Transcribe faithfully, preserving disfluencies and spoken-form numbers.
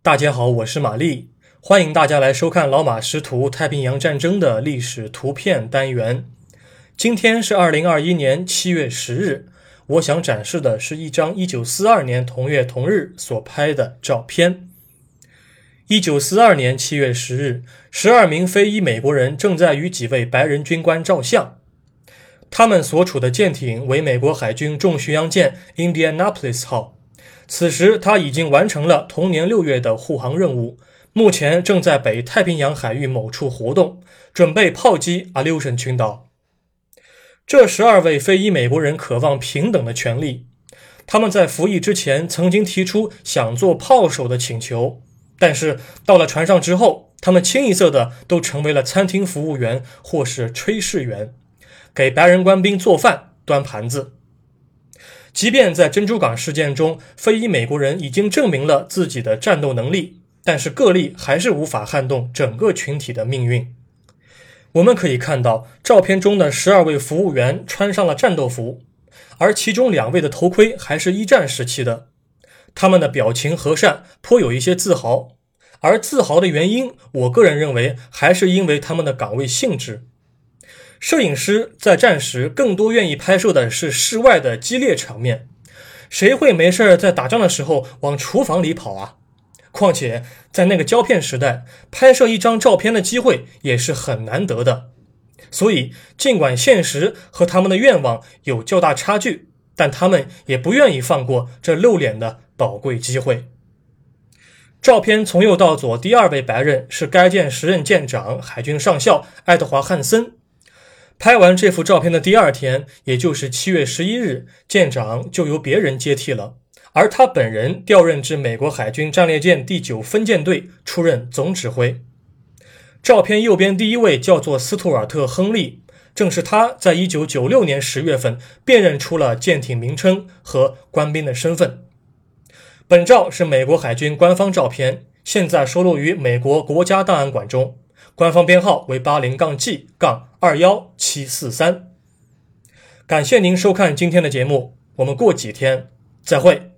大家好，我是玛丽，欢迎大家来收看老马识图太平洋战争的历史图片单元。今天是二零二一年七月十日，我想展示的是一张一九四二年同月同日所拍的照片。一九四二年七月十日，十二名非裔美国人正在与几位白人军官照相。他们所处的舰艇为美国海军重巡洋舰 Indianapolis 号。此时他已经完成了同年六月的护航任务，目前正在北太平洋海域某处活动，准备炮击 Aleutian 群岛。这十二位非裔美国人渴望平等的权利，他们在服役之前曾经提出想做炮手的请求，但是到了船上之后，他们清一色的都成为了餐厅服务员或是炊事员，给白人官兵做饭端盘子。即便在珍珠港事件中，非裔美国人已经证明了自己的战斗能力，但是个例还是无法撼动整个群体的命运。我们可以看到，照片中的十二位服务员穿上了战斗服，而其中两位的头盔还是一战时期的。他们的表情和善，颇有一些自豪，而自豪的原因，我个人认为还是因为他们的岗位性质。摄影师在战时更多愿意拍摄的是室外的激烈场面，谁会没事在打仗的时候往厨房里跑啊？况且在那个胶片时代，拍摄一张照片的机会也是很难得的。所以尽管现实和他们的愿望有较大差距，但他们也不愿意放过这露脸的宝贵机会。照片从右到左，第二位白人是该舰时任舰长海军上校爱德华·汉森。拍完这幅照片的第二天，也就是七月十一日，舰长就由别人接替了，而他本人调任至美国海军战列舰第九分舰队，出任总指挥。照片右边第一位叫做斯图尔特·亨利，正是他在一九九六年十月份辨认出了舰艇名称和官兵的身份。本照是美国海军官方照片，现在收录于美国国家档案馆中，官方编号为 八十 G 二一七四三。感谢您收看今天的节目，我们过几天再会。